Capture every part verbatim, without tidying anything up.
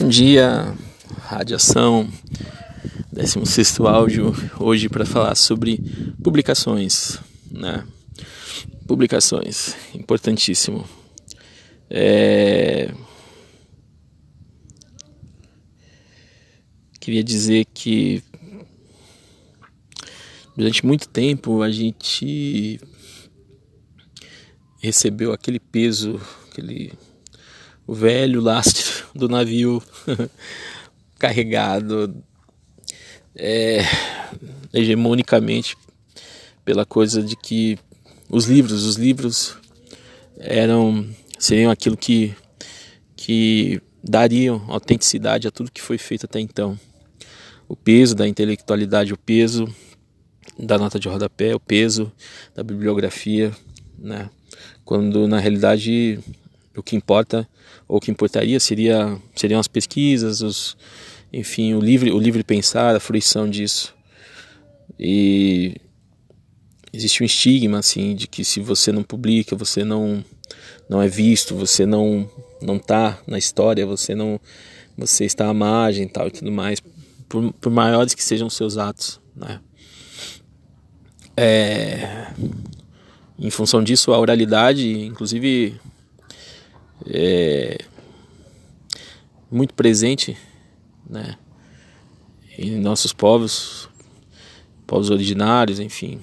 Bom dia, radiação, décimo sexto áudio, hoje para falar sobre publicações, né? Publicações, importantíssimo. É... Queria dizer que durante muito tempo a gente recebeu aquele peso, aquele o velho lastro do navio carregado é, hegemonicamente pela coisa de que os livros, os livros eram, seriam aquilo que, que dariam autenticidade a tudo que foi feito até então. O peso da intelectualidade, o peso da nota de rodapé, o peso da bibliografia, né? Quando na realidade o que importa, ou o que importaria seria, seriam as pesquisas, os, enfim, o livre, o livre pensar, a fruição disso. E existe um estigma assim, de que se você não publica, você não, não é visto, você não não está na história, você, não, você está à margem tal, e tudo mais, por, por maiores que sejam os seus atos, né? É, em função disso, a oralidade, inclusive, é muito presente, né, em nossos povos, povos originários, enfim.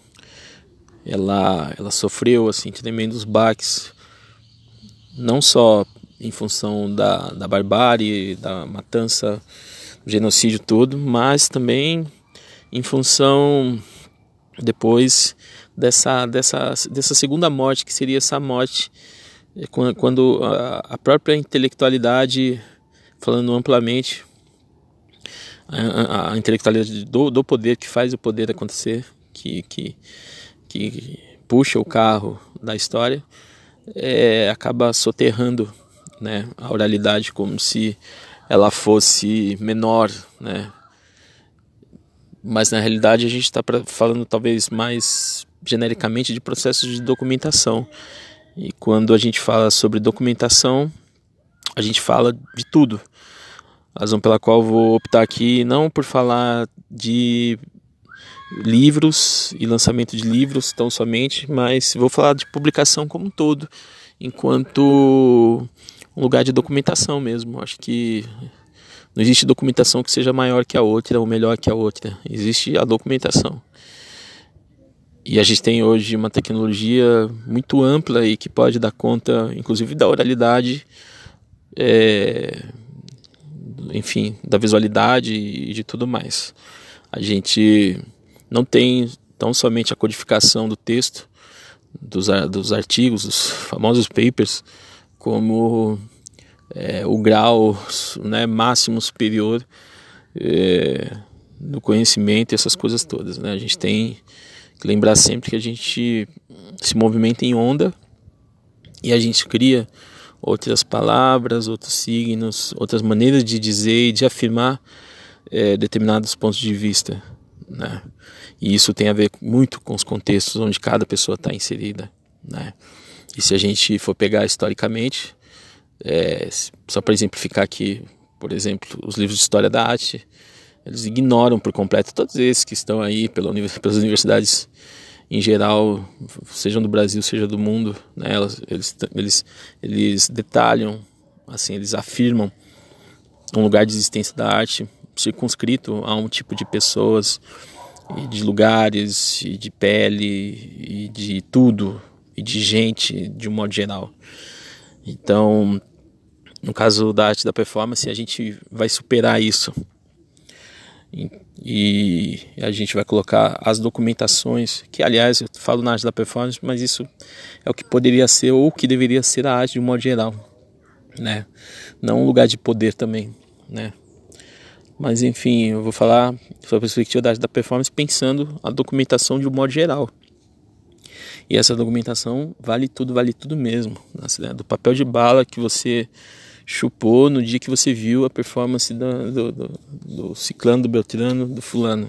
Ela, ela sofreu assim, tremendos baques, não só em função da, da barbárie, da matança, do genocídio todo, mas também em função depois dessa, dessa, dessa segunda morte, que seria essa morte quando a própria intelectualidade, falando amplamente, a, a intelectualidade do, do poder, que faz o poder acontecer, que, que, que puxa o carro da história, é, acaba soterrando, né, a oralidade como se ela fosse menor, né? Mas na realidade a gente está falando talvez mais genericamente de processos de documentação. E quando a gente fala sobre documentação, a gente fala de tudo. A razão pela qual eu vou optar aqui não por falar de livros e lançamento de livros tão somente, mas vou falar de publicação como um todo, enquanto um lugar de documentação mesmo. Acho que não existe documentação que seja maior que a outra ou melhor que a outra. Existe a documentação. E a gente tem hoje uma tecnologia muito ampla e que pode dar conta, inclusive, da oralidade, é, enfim, da visualidade e de tudo mais. A gente não tem tão somente a codificação do texto, dos, dos artigos, dos famosos papers, como é, o grau, né, máximo superior é, do conhecimento e essas coisas todas, né? A gente tem que lembrar sempre que a gente se movimenta em onda e a gente cria outras palavras, outros signos, outras maneiras de dizer e de afirmar é, determinados pontos de vista, né? E isso tem a ver muito com os contextos onde cada pessoa está inserida, né? E se a gente for pegar historicamente, é, só para exemplificar aqui, por exemplo, os livros de história da arte, eles ignoram por completo todos esses que estão aí pela, pelas universidades em geral, sejam do Brasil, seja do mundo, né? Elas, eles, eles, eles detalham, assim, eles afirmam um lugar de existência da arte circunscrito a um tipo de pessoas, e de lugares, e de pele, e de tudo, e de gente, de um modo geral. Então, no caso da arte da performance, a gente vai superar isso. E, e a gente vai colocar as documentações, que aliás eu falo na arte da performance, mas isso é o que poderia ser ou o que deveria ser a arte de um modo geral, né? Não um lugar de poder também, né? Mas enfim, eu vou falar sobre a perspectiva da arte da performance pensando a documentação de um modo geral. E essa documentação vale tudo, vale tudo mesmo, né? Do papel de bala que você chupou no dia que você viu a performance do, do, do, do ciclano, do beltrano, do fulano.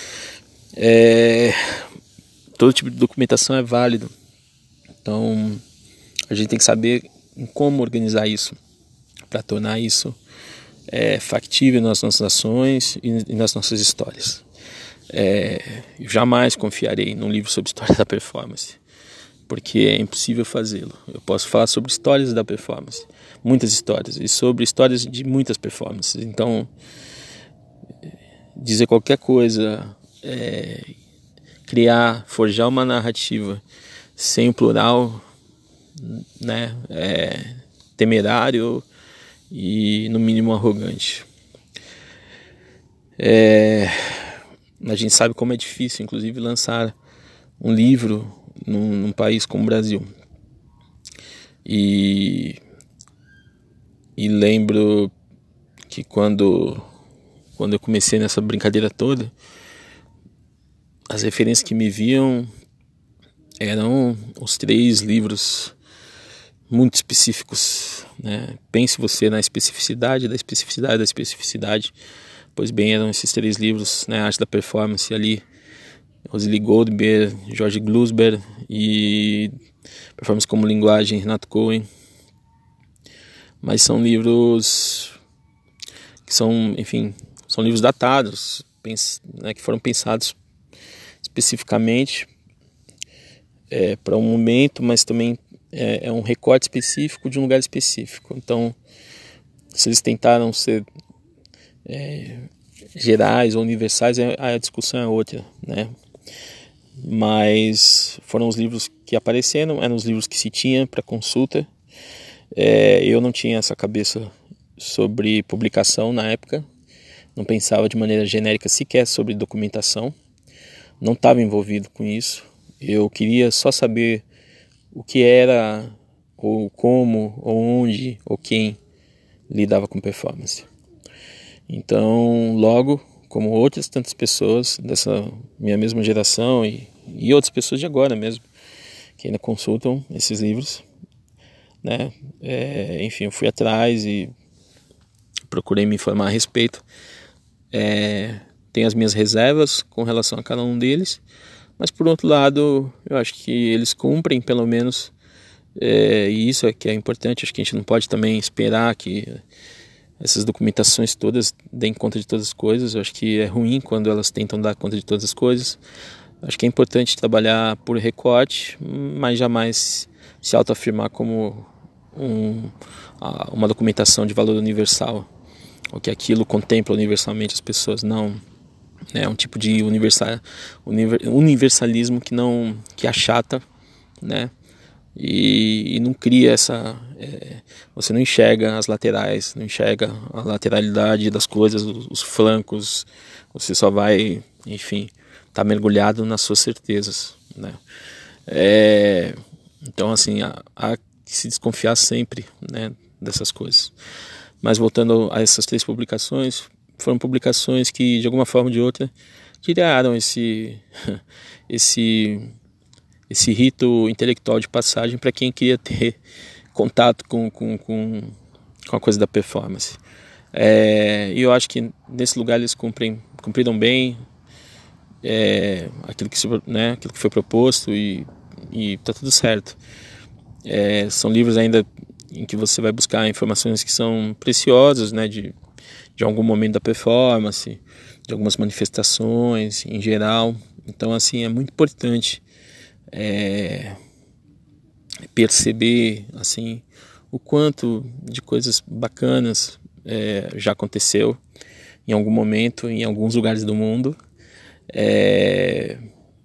É, todo tipo de documentação é válido. Então a gente tem que saber como organizar isso para tornar isso é, factível nas nossas ações e, e nas nossas histórias. É, eu jamais confiarei num livro sobre história da performance, porque é impossível fazê-lo. Eu posso falar sobre histórias da performance, muitas histórias, e sobre histórias de muitas performances. Então, dizer qualquer coisa, é, criar, forjar uma narrativa sem o plural, né, é temerário e no mínimo arrogante. É, a gente sabe como é difícil, inclusive, lançar um livro num, num país como o Brasil. E, e lembro que quando, quando eu comecei nessa brincadeira toda, as referências que me viam eram os três livros muito específicos, né? Pense você na especificidade da especificidade da especificidade. Pois bem, eram esses três livros, né? Arte da Performance ali, Rosely Goldberg, George Glusberg, e Performance como Linguagem, Renato Cohen. Mas são livros que são, enfim, são livros datados, pens, né, que foram pensados especificamente é, para um momento, mas também é, é um recorte específico de um lugar específico. Então, se eles tentaram ser é, gerais ou universais, a discussão é outra, né? Mas foram os livros que apareceram, eram os livros que se tinha para consulta. É, eu não tinha essa cabeça sobre publicação na época, não pensava de maneira genérica sequer sobre documentação, não estava envolvido com isso. Eu queria só saber o que era, ou como, ou onde, ou quem lidava com performance. Então, logo, como outras tantas pessoas dessa minha mesma geração e, e outras pessoas de agora mesmo, que ainda consultam esses livros, né? É, enfim, eu fui atrás e procurei me informar a respeito. É, tenho as minhas reservas com relação a cada um deles, mas por outro lado, eu acho que eles cumprem pelo menos, é, e isso é que é importante. Acho que a gente não pode também esperar que essas documentações todas deem conta de todas as coisas. Eu acho que é ruim quando elas tentam dar conta de todas as coisas. Eu acho que é importante trabalhar por recorte, mas jamais se autoafirmar como um, uma documentação de valor universal, ou que aquilo contempla universalmente as pessoas. Não, é um tipo de universal, universalismo que não, que achata, né? E, e não cria essa, é, você não enxerga as laterais, não enxerga a lateralidade das coisas, os, os flancos. Você só vai, enfim, tá mergulhado nas suas certezas, né? É, então, assim, há, há que se desconfiar sempre, né, dessas coisas. Mas voltando a essas três publicações, foram publicações que, de alguma forma ou de outra, criaram esse esse esse rito intelectual de passagem para quem queria ter contato com, com, com, com a coisa da performance. É, e eu acho que nesse lugar eles cumprem, cumpriram bem é, aquilo, que se, né, aquilo que foi proposto, e está tudo certo. É, são livros ainda em que você vai buscar informações que são preciosas, né, de, de algum momento da performance, de algumas manifestações em geral. Então, assim, é muito importante É, perceber assim o quanto de coisas bacanas é, já aconteceu em algum momento em alguns lugares do mundo. É,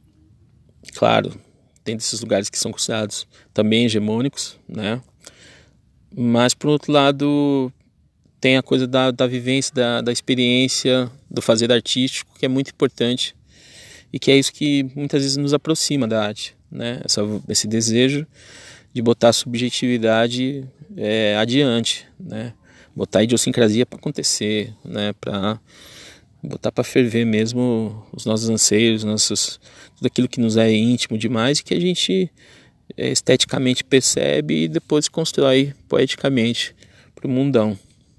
claro, tem desses lugares que são considerados também hegemônicos, né? Mas por outro lado tem a coisa da, da vivência, da, da experiência, do fazer artístico, que é muito importante, e que é isso que muitas vezes nos aproxima da arte, né? Essa, esse desejo de botar a subjetividade é, adiante, né? Botar a idiosincrasia para acontecer, né? Para botar para ferver mesmo os nossos anseios, nossos, tudo aquilo que nos é íntimo demais e que a gente é, esteticamente percebe e depois constrói poeticamente para o mundão.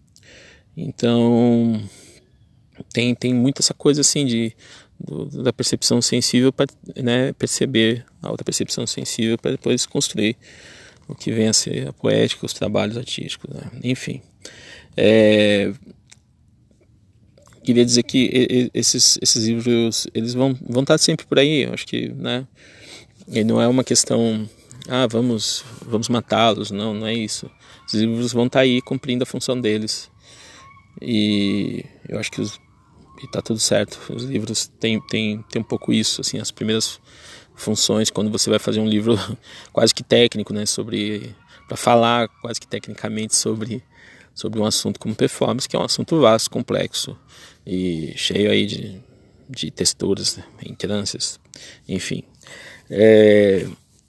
Então tem, tem muito essa coisa assim de Do, da percepção sensível para, né, perceber a outra percepção sensível para depois construir o que vem a ser a poética, os trabalhos artísticos, né? Enfim, é, queria dizer que e, e, esses, esses livros, eles vão, vão estar sempre por aí, eu acho que, né, e não é uma questão, ah, vamos, vamos matá-los, não, não é isso. Os livros vão estar aí cumprindo a função deles, e eu acho que os, e tá tudo certo. Os livros têm, têm, têm um pouco isso, assim, as primeiras funções, quando você vai fazer um livro quase que técnico, né, sobre, para falar quase que tecnicamente sobre, sobre um assunto como performance, que é um assunto vasto, complexo e cheio aí de, de texturas, né, entrâncias, enfim. É...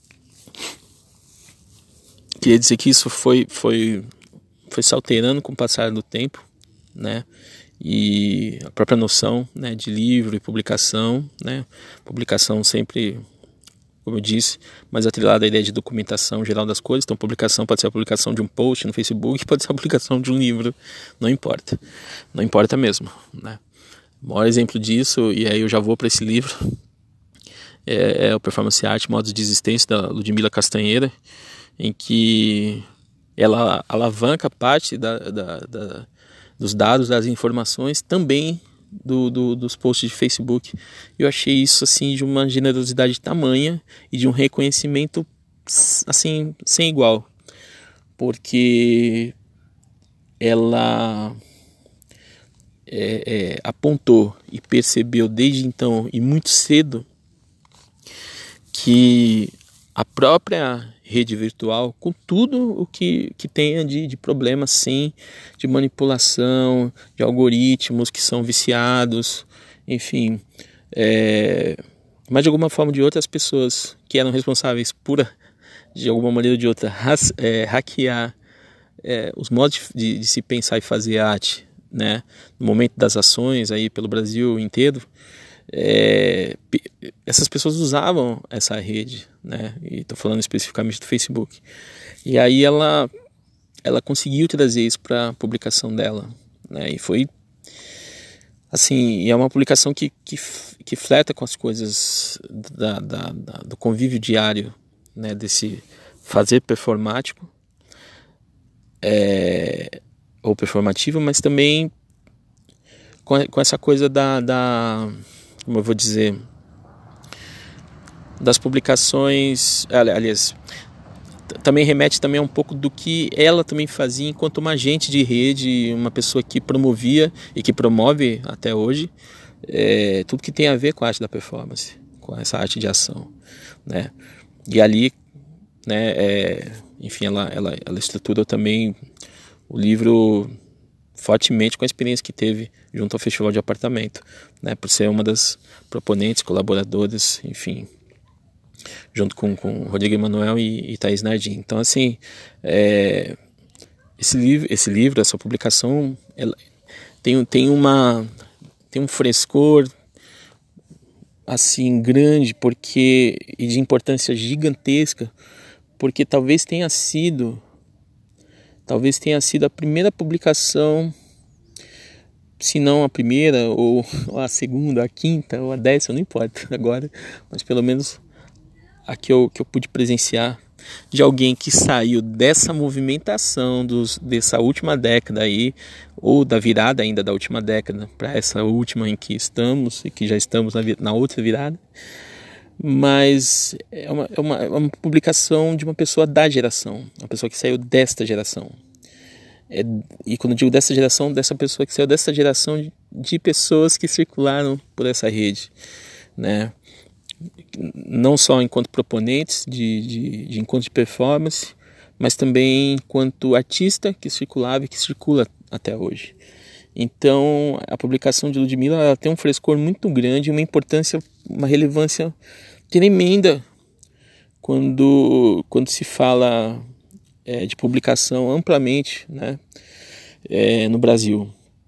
Queria dizer que isso foi, foi, foi se alterando com o passar do tempo, né? E a própria noção, né, de livro e publicação, né? Publicação sempre, como eu disse, mais atrelada à ideia de documentação geral das coisas. Então, publicação pode ser a publicação de um post no Facebook, pode ser a publicação de um livro, não importa, não importa mesmo, né? O maior exemplo disso, e aí eu já vou para esse livro, é, é o Performance Art, Modos de Existência, da Ludmila Castanheira, em que ela alavanca parte da, da, da, dos dados, das informações, também do, do, dos posts de Facebook. Eu achei isso assim de uma generosidade tamanha e de um reconhecimento assim sem igual, porque ela é, é, apontou e percebeu desde então e muito cedo que a própria rede virtual, com tudo o que, que tenha de, de problemas, sim, de manipulação, de algoritmos que são viciados, enfim, é, mas de alguma forma ou de outra as pessoas que eram responsáveis por, de alguma maneira ou de outra, has, é, hackear é, os modos de, de se pensar e fazer arte, né, no momento das ações aí pelo Brasil inteiro, É, essas pessoas usavam essa rede, né? E estou falando especificamente do Facebook. E aí ela, ela conseguiu trazer isso para a publicação dela, né? E foi assim, é uma publicação que, que, que fleta com as coisas da, da, da, do convívio diário, né? Desse fazer performático é, ou performativo, mas também com, com essa coisa da, da como eu vou dizer, das publicações, aliás, também remete também a um pouco do que ela também fazia enquanto uma agente de rede, uma pessoa que promovia e que promove até hoje é, tudo que tem a ver com a arte da performance, com essa arte de ação, né? E ali, né, é, enfim, ela, ela, ela estruturou também o livro fortemente com a experiência que teve junto ao Festival de Apartamento, né, por ser uma das proponentes, colaboradoras, enfim, junto com, com Rodrigo Emanuel e, e Thaís Nardim. Então, assim, é, esse, livro, esse livro, essa publicação, ela tem, tem, uma, tem um frescor assim grande, porque, e de importância gigantesca, porque talvez tenha sido talvez tenha sido a primeira publicação, se não a primeira, ou a segunda, a quinta, ou a décima, não importa agora, mas pelo menos a que eu, que eu pude presenciar, de alguém que saiu dessa movimentação dos, dessa última década aí, ou da virada ainda da última década, para essa última em que estamos, e que já estamos na, na outra virada, mas é uma, é, uma, é uma publicação de uma pessoa da geração, uma pessoa que saiu desta geração. É, e quando eu digo dessa geração, dessa pessoa que saiu dessa geração de, de pessoas que circularam por essa rede, né? Não só enquanto proponentes de, de, de encontro de performance, mas também enquanto artista que circulava e que circula até hoje. Então a publicação de Ludmila, ela tem um frescor muito grande, uma importância, uma relevância tremenda quando, quando se fala é, de publicação amplamente, né, é, no Brasil.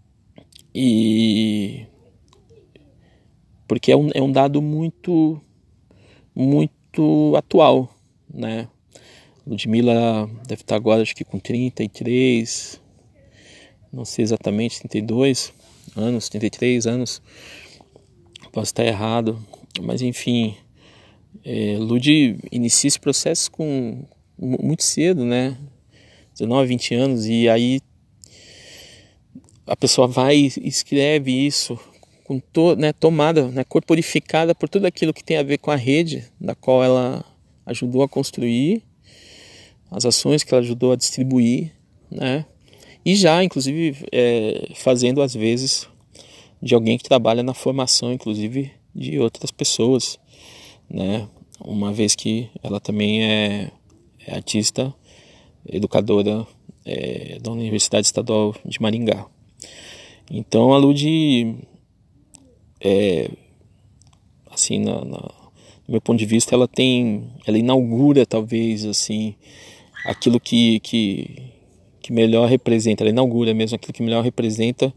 E porque é um, é um dado muito, muito atual, né? Ludmila deve estar agora, acho que com trinta e três, não sei exatamente, trinta e dois anos, trinta e três anos, posso estar errado, mas enfim, é, Lud inicia esse processo com muito cedo, né? dezenove, vinte anos, e aí a pessoa vai e escreve isso com to, né, tomada, né, corporificada por tudo aquilo que tem a ver com a rede da qual ela ajudou a construir, as ações que ela ajudou a distribuir, né, e já, inclusive, é, fazendo às vezes de alguém que trabalha na formação, inclusive, de outras pessoas, né, uma vez que ela também é, é artista, educadora é, da Universidade Estadual de Maringá. Então a Lud, é, assim, na, na, do meu ponto de vista, ela tem, ela inaugura talvez assim aquilo que, que, que melhor representa, ela inaugura mesmo aquilo que melhor representa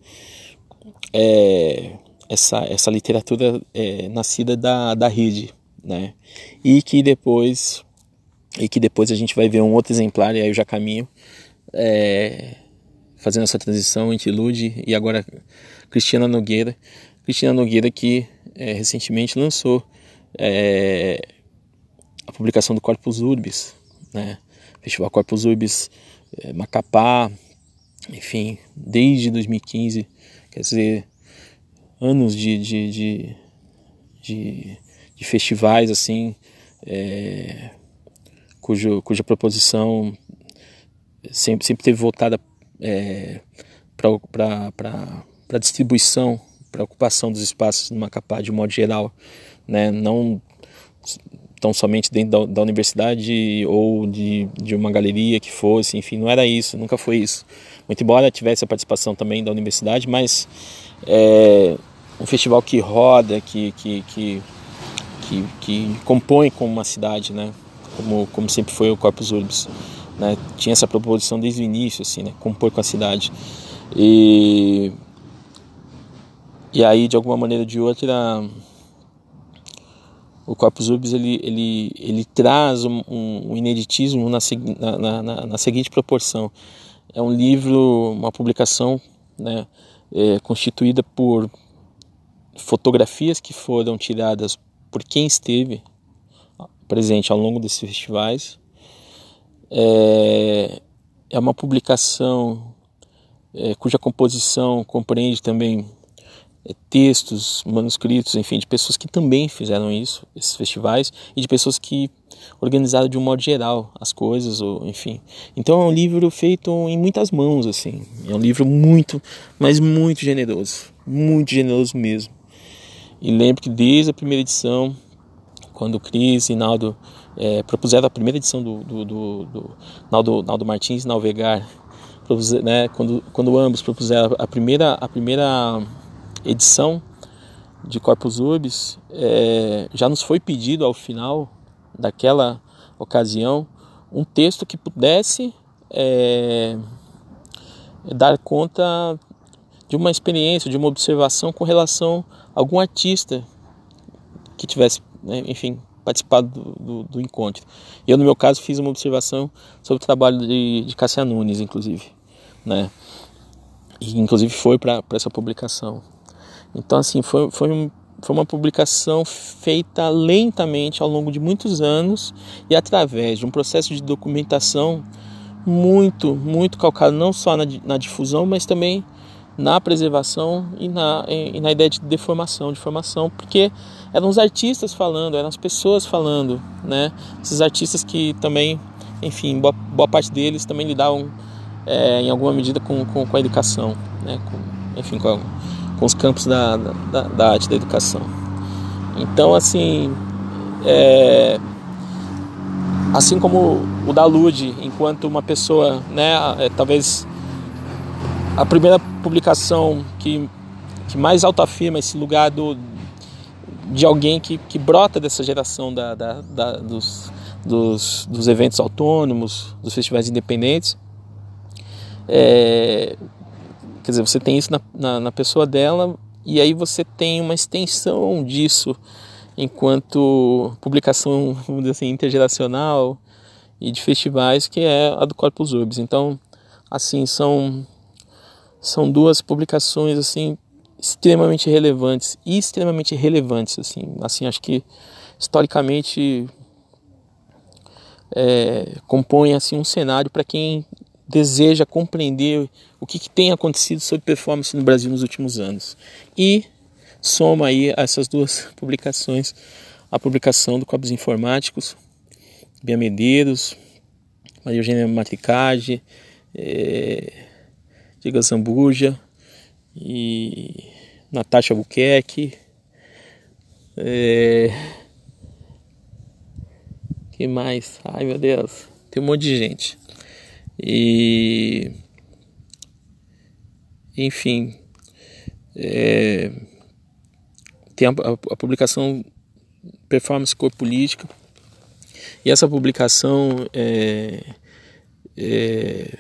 é, essa, essa literatura é, nascida da, da rede, né? E que depois e que depois a gente vai ver um outro exemplar, e aí eu já caminho é, fazendo essa transição entre Lud e agora Cristina Nogueira. Cristina Nogueira que é, recentemente lançou é, a publicação do Corpus Urbis, né? Festival Corpus Urbis, é, Macapá, enfim, desde dois mil e quinze, quer dizer, anos de, de, de, de, de festivais assim, é, cujo, cuja proposição sempre, sempre teve voltada é, para a distribuição, para a ocupação dos espaços no Macapá de um modo geral, né? Não tão somente dentro da, da universidade ou de, de uma galeria que fosse, enfim, não era isso, nunca foi isso. Muito embora tivesse a participação também da universidade, mas é um festival que roda, que, que, que, que, que compõe como uma cidade, né? Como, como sempre foi o Corpus Urbis, né? Tinha essa proposição desde o início, assim, né? Compor com a cidade. E, e aí, de alguma maneira ou de outra, o Corpus Urbis ele, ele, ele traz um, um ineditismo na, na, na, na seguinte proporção. É um livro, uma publicação, né? É, constituída por fotografias que foram tiradas por quem esteve presente ao longo desses festivais. É, é uma publicação é, cuja composição compreende também é, textos, manuscritos, enfim, de pessoas que também fizeram isso, esses festivais, e de pessoas que organizaram de um modo geral as coisas, ou, enfim. Então é um livro feito em muitas mãos, assim. É um livro muito, mas muito generoso, muito generoso mesmo. E lembro que desde a primeira edição, quando o Cris e Naldo é, propuseram a primeira edição do, do, do, do Naldo, Naldo Martins e Nalvegar, propuser, né, quando, quando ambos propuseram a primeira, a primeira edição de Corpus Urbis, é, já nos foi pedido ao final daquela ocasião um texto que pudesse é, dar conta de uma experiência, de uma observação com relação a algum artista que tivesse, né, enfim, participado do, do, do encontro. Eu, no meu caso, fiz uma observação sobre o trabalho de, de Cássia Nunes, inclusive, né? E, inclusive, foi para essa publicação. Então, assim, foi, foi, um, foi uma publicação feita lentamente ao longo de muitos anos e através de um processo de documentação muito, muito calcado, não só na, na difusão, mas também na preservação e na, e na ideia de deformação, de formação, porque eram os artistas falando, eram as pessoas falando, né? Esses artistas que também, enfim, boa, boa parte deles também lidavam é, em alguma medida com, com, com a educação, né? Com, enfim, com, a, com os campos da, da, da arte da educação. Então, assim, é, assim como o da Lud, enquanto uma pessoa, né, é, talvez a primeira publicação que, que mais autoafirma esse lugar do, de alguém que, que brota dessa geração da, da, da, dos, dos, dos eventos autônomos, dos festivais independentes. É, quer dizer, você tem isso na, na, na pessoa dela, e aí você tem uma extensão disso enquanto publicação, vamos dizer assim, intergeracional e de festivais, que é a do Corpus Urbis. Então, assim, são... São duas publicações assim extremamente relevantes e extremamente relevantes assim, assim acho que historicamente é, compõem assim um cenário para quem deseja compreender o que, que tem acontecido sobre performance no Brasil nos últimos anos. E soma aí essas duas publicações, a publicação do Corpos Informáticos, Bia Medeiros, Maria Eugênia Matricage, é, Diego Zambuja e Natasha Albuquerque, é, que mais? Ai meu Deus, tem um monte de gente. E enfim, é, tem a, a, a publicação Performance Corpo Política, e essa publicação é, é,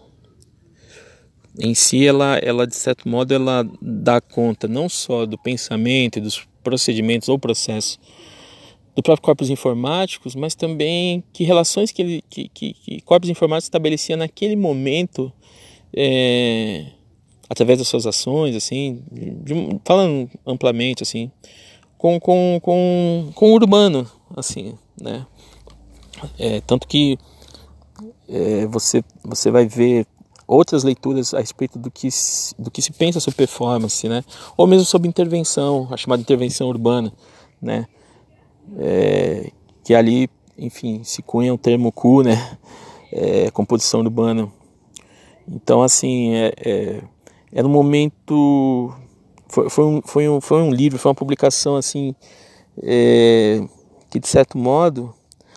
em si ela, ela de certo modo ela dá conta não só do pensamento e dos procedimentos ou processos do próprio Corpos Informáticos, mas também que relações que, ele, que, que, que Corpos Informáticos estabelecia naquele momento, é, através das suas ações, assim, de, falando amplamente, assim, com, com, com, com o urbano, assim, né? É, tanto que é, você, você vai ver outras leituras a respeito do que, do que se pensa sobre performance, né? Ou mesmo sobre intervenção, a chamada intervenção urbana, né? É, que ali, enfim, se cunha o termo C U, né? É, composição urbana. Então, assim, é, é, era um momento, foi, foi, um, foi, um, foi um livro, foi uma publicação, assim, é, que de certo modo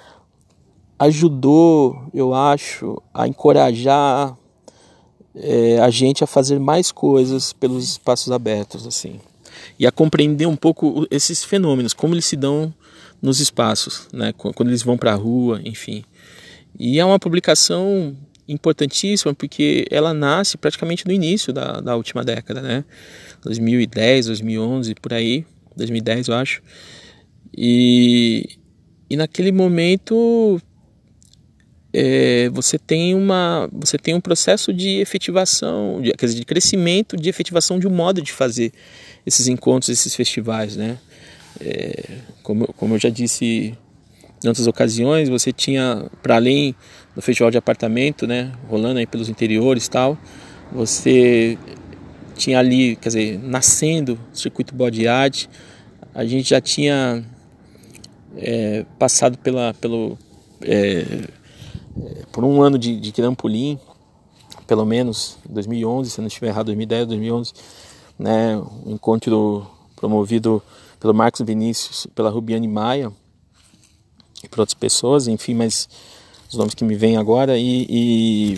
ajudou, eu acho, a encorajar é, a gente a fazer mais coisas pelos espaços abertos, assim, e a compreender um pouco esses fenômenos, como eles se dão nos espaços, né, quando eles vão para a rua, enfim. E é uma publicação importantíssima porque ela nasce praticamente no início da, da última década, né, dois mil e dez, dois mil e onze, por aí, dois mil e dez eu acho, e, e naquele momento é, você tem uma, você tem um processo de efetivação, de, quer dizer, de crescimento, de efetivação de um modo de fazer esses encontros, esses festivais, né? É, como, como eu já disse em outras ocasiões, você tinha, para além do festival de apartamento, né, rolando aí pelos interiores e tal, você tinha ali, quer dizer, nascendo o circuito Body Art, a gente já tinha é, passado pela, pelo, é, por um ano de, de trampolim, pelo menos, dois mil e onze, se não estiver errado, dois mil e dez, dois mil e onze, né, um encontro promovido pelo Marcos Vinícius, pela Rubiane Maia e por outras pessoas, enfim, mas os nomes que me vêm agora, e, e,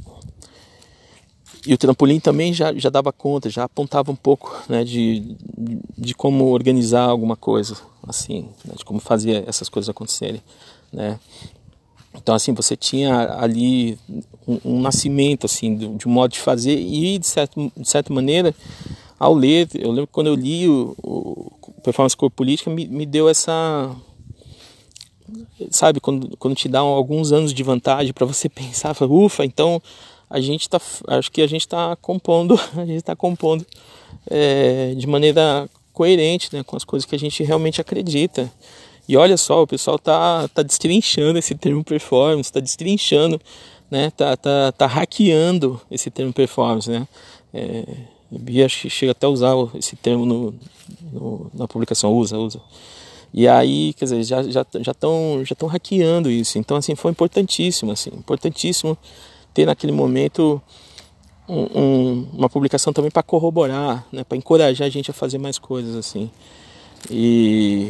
e o trampolim também já, já dava conta, já apontava um pouco, né, de, de como organizar alguma coisa, assim, né, de como fazer essas coisas acontecerem, né. Então, assim, você tinha ali um, um nascimento, assim, de, de um modo de fazer, e de, certo, de certa maneira, ao ler, eu lembro que quando eu li o, o Performance Corpo Política, me, me deu essa, sabe, quando, quando te dá alguns anos de vantagem para você pensar, fala, ufa, então a gente tá, acho que a gente está compondo, a gente está compondo é, de maneira coerente, né, com as coisas que a gente realmente acredita. E olha só, o pessoal tá, tá destrinchando esse termo performance, tá destrinchando, né, tá, tá, tá hackeando esse termo performance, né. É, a Bia chega até a usar esse termo no, no, na publicação, usa, usa. E aí, quer dizer, já já já estão já estão hackeando isso. Então, assim, foi importantíssimo, assim, importantíssimo ter naquele momento um, um, uma publicação também para corroborar, né, para encorajar a gente a fazer mais coisas, assim. E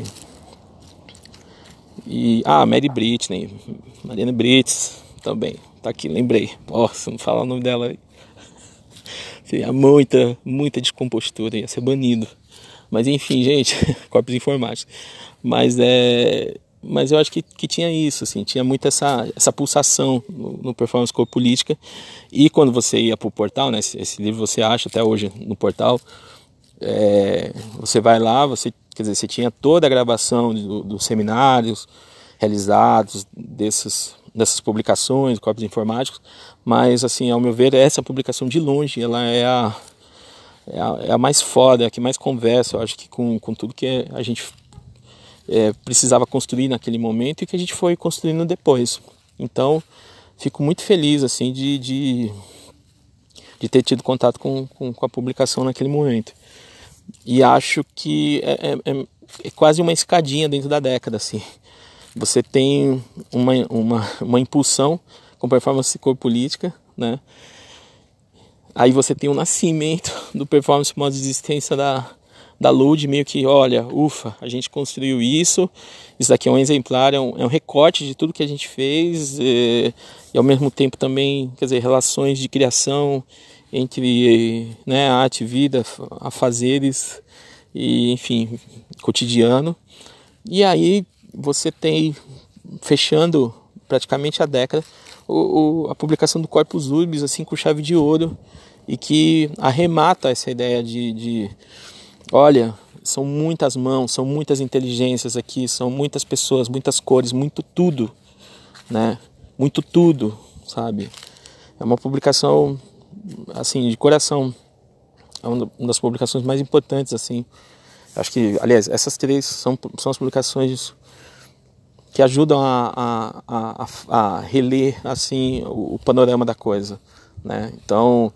e ah, Mary Britney, Mariana Brits também, tá aqui, lembrei. Nossa, não falar o nome dela aí. Seria muita, muita descompostura, ia ser banido. Mas enfim, gente, corpos informáticos. Mas, é, mas eu acho que, que tinha isso, assim, tinha muito essa, essa pulsação no, no Performance Corpo Política. E quando você ia para o portal, né, esse, esse livro você acha até hoje no portal, é, você vai lá, você, quer dizer, você tinha toda a gravação do, dos seminários realizados, desses, dessas publicações, corpos informáticos, mas, assim, ao meu ver, essa publicação de longe, ela é a, é a, é a mais foda, é a que mais conversa, eu acho que com, com tudo que a gente é, precisava construir naquele momento e que a gente foi construindo depois. Então, fico muito feliz assim de, de, de ter tido contato com, com, com a publicação naquele momento. E acho que é, é, é quase uma escadinha dentro da década, assim. Você tem uma, uma, uma impulsão com performance corpolítica, né? Aí você tem o nascimento do performance modo de existência da, da Lud, meio que, olha, ufa, a gente construiu isso, isso daqui é um exemplar, é um, é um recorte de tudo que a gente fez, e, e ao mesmo tempo também, quer dizer, relações de criação entre, né, arte, vida, afazeres, e, enfim, cotidiano. E aí você tem, fechando praticamente a década, o, o, a publicação do Corpus Urbis, assim, com chave de ouro, e que arremata essa ideia de, de, olha, são muitas mãos, são muitas inteligências aqui, são muitas pessoas, muitas cores, muito tudo, né? Muito tudo, sabe? É uma publicação, assim, de coração, é uma das publicações mais importantes, assim. Acho que, aliás, essas três são, são as publicações que ajudam a, a, a, a reler, assim, o, o panorama da coisa, né? Então,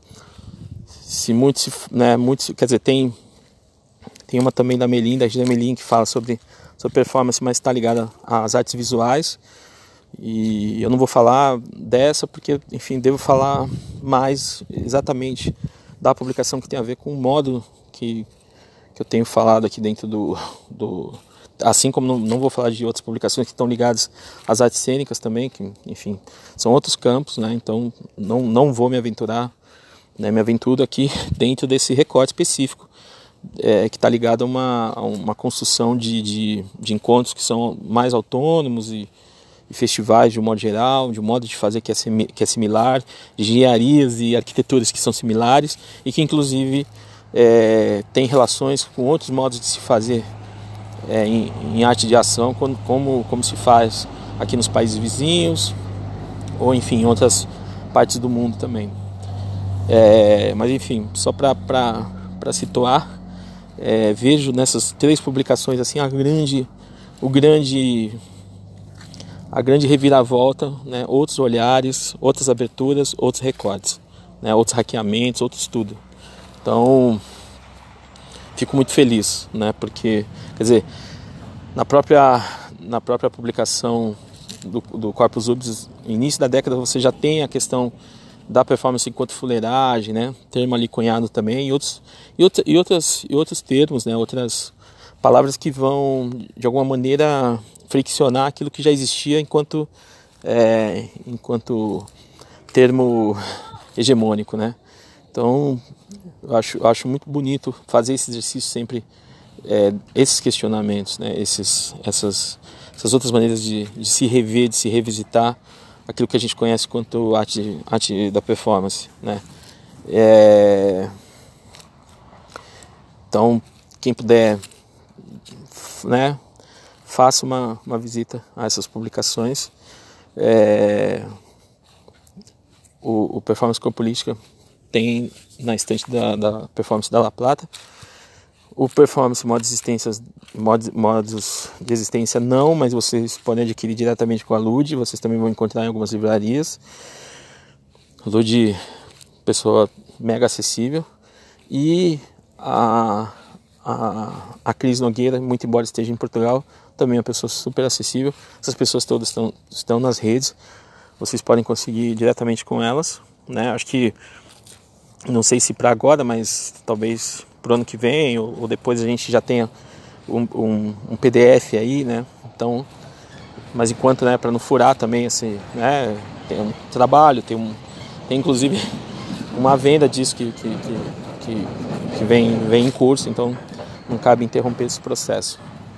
se muito, se, né, muito, quer dizer, tem, tem uma também da Melim, da Gina Melim, que fala sobre, sobre performance, mas está ligada às artes visuais. E eu não vou falar dessa porque, enfim, devo falar mais exatamente da publicação que tem a ver com o modo que, que eu tenho falado aqui dentro do... do assim como não, não vou falar de outras publicações que estão ligadas às artes cênicas também, que, enfim, são outros campos, né? Então não, não vou me aventurar, né, me aventuro aqui dentro desse recorte específico, é, que está ligado a uma, a uma construção de, de, de encontros que são mais autônomos e, e festivais de um modo geral, de um modo de fazer que é, simi, que é similar, de engenharias e arquiteturas que são similares e que inclusive é, tem relações com outros modos de se fazer é, em, em arte de ação, como, como, como se faz aqui nos países vizinhos ou enfim em outras partes do mundo também. É, mas enfim, só para situar, é, vejo nessas três publicações assim a grande, o grande, a grande reviravolta, né, outros olhares, outras aberturas, outros recortes, né, outros hackeamentos, outros tudo. Então, fico muito feliz, né, porque, quer dizer, na própria, na própria publicação do, do Corpus Urbis, início da década, você já tem a questão da performance enquanto fuleiragem, né? Termo ali cunhado também, e outros, e, outra, e, outras, e outros termos, né? Outras palavras que vão, de alguma maneira, friccionar aquilo que já existia enquanto, é, enquanto termo hegemônico, né? Então, eu acho, eu acho muito bonito fazer esse exercício sempre, é, esses questionamentos, né? Esses, essas, essas outras maneiras de, de se rever, de se revisitar, aquilo que a gente conhece quanto arte, arte da performance, né? É... Então, quem puder, né, faça uma, uma visita a essas publicações. É... O, o Performance Corpolítica tem na estante da, da Performance da La Plata. O Performance Modos de Existência, modos, modos de existência não, mas vocês podem adquirir diretamente com a Lud, vocês também vão encontrar em algumas livrarias. Lud, pessoa mega acessível. E a, a, a Cris Nogueira, muito embora esteja em Portugal, também é uma pessoa super acessível. Essas pessoas todas estão, estão nas redes, vocês podem conseguir diretamente com elas, né? Acho que, não sei se para agora, mas talvez pro ano que vem ou, ou depois a gente já tenha um, um, um P D F aí, né? Então, mas enquanto, né, para não furar também, assim, né, tem um trabalho, tem um, tem inclusive uma venda disso que que, que, que, que vem, vem em curso, então não cabe interromper esse processo.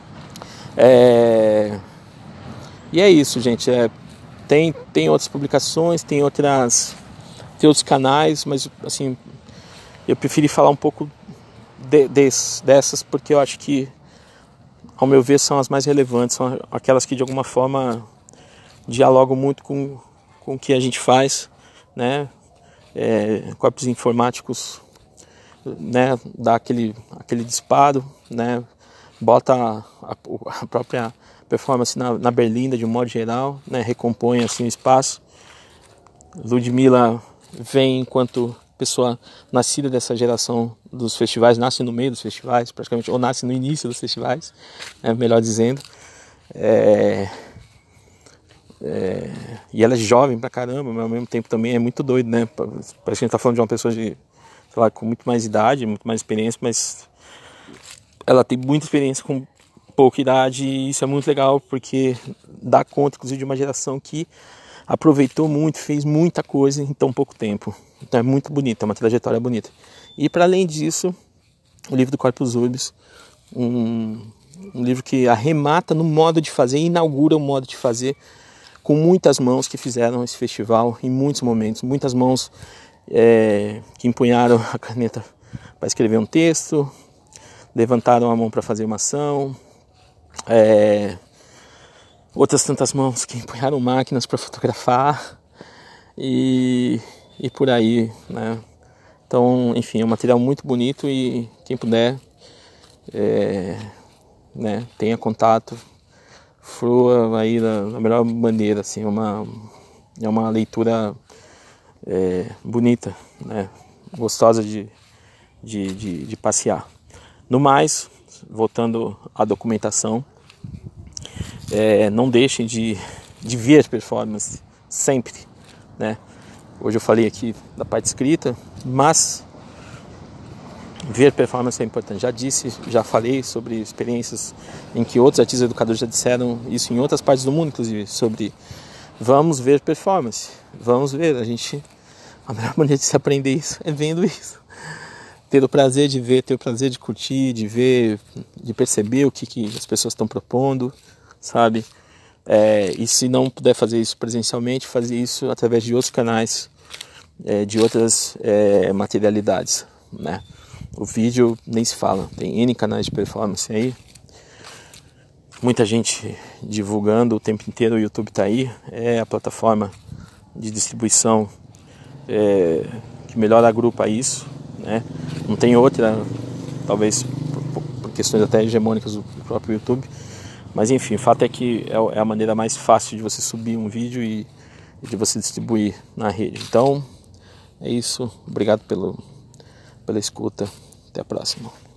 É... E é isso, gente. É... Tem, tem outras publicações, tem outras, tem outros canais, mas assim, eu preferi falar um pouco De, des, dessas porque eu acho que, ao meu ver, são as mais relevantes, são aquelas que de alguma forma dialogam muito com, com o que a gente faz, né? É, corpos informáticos, né? Dá aquele, aquele disparo, né? Bota a, a, a própria performance na, na berlinda de um modo geral, né? Recompõe assim o espaço Ludmilla vem enquanto pessoa nascida dessa geração dos festivais, nasce no meio dos festivais, praticamente, ou nasce no início dos festivais, né, melhor dizendo. É, é, e ela é jovem pra caramba, mas ao mesmo tempo também é muito doido, né? Parece que a gente tá falando de uma pessoa de, sei lá, com muito mais idade, muito mais experiência, mas ela tem muita experiência com pouca idade, e isso é muito legal porque dá conta, inclusive, de uma geração que aproveitou muito, fez muita coisa em tão pouco tempo. Então é muito bonito, é uma trajetória bonita. E para além disso, o livro do Corpus Urbis, um, um livro que arremata no modo de fazer, inaugura o modo de fazer, com muitas mãos que fizeram esse festival em muitos momentos, muitas mãos é, que empunharam a caneta para escrever um texto, levantaram a mão para fazer uma ação, é, outras tantas mãos que empunharam máquinas para fotografar e, e por aí, né? Então, enfim, é um material muito bonito e quem puder, é, né, tenha contato, flua aí da, da melhor maneira, assim, uma, é uma leitura é, bonita, né, gostosa de, de, de, de passear. No mais, voltando à documentação, É, não deixem de, de ver performance sempre, né? Hoje eu falei aqui da parte escrita, mas ver performance é importante. Já disse, já falei sobre experiências em que outros artistas educadores já disseram isso em outras partes do mundo, inclusive, sobre vamos ver performance, vamos ver. A gente, a melhor maneira de se aprender isso é vendo isso. Ter o prazer de ver, ter o prazer de curtir, de ver, de perceber o que, que as pessoas estão propondo, sabe? É, e se não puder fazer isso presencialmente, fazer isso através de outros canais, é, de outras é, materialidades, né? O vídeo nem se fala, tem N canais de performance aí, muita gente divulgando o tempo inteiro, o YouTube tá aí, é a plataforma de distribuição é, que melhor agrupa isso, né? Não tem outra, talvez por, por questões até hegemônicas do próprio YouTube. Mas enfim, o fato é que é a maneira mais fácil de você subir um vídeo e de você distribuir na rede. Então, é isso. Obrigado pelo, pela escuta. Até a próxima.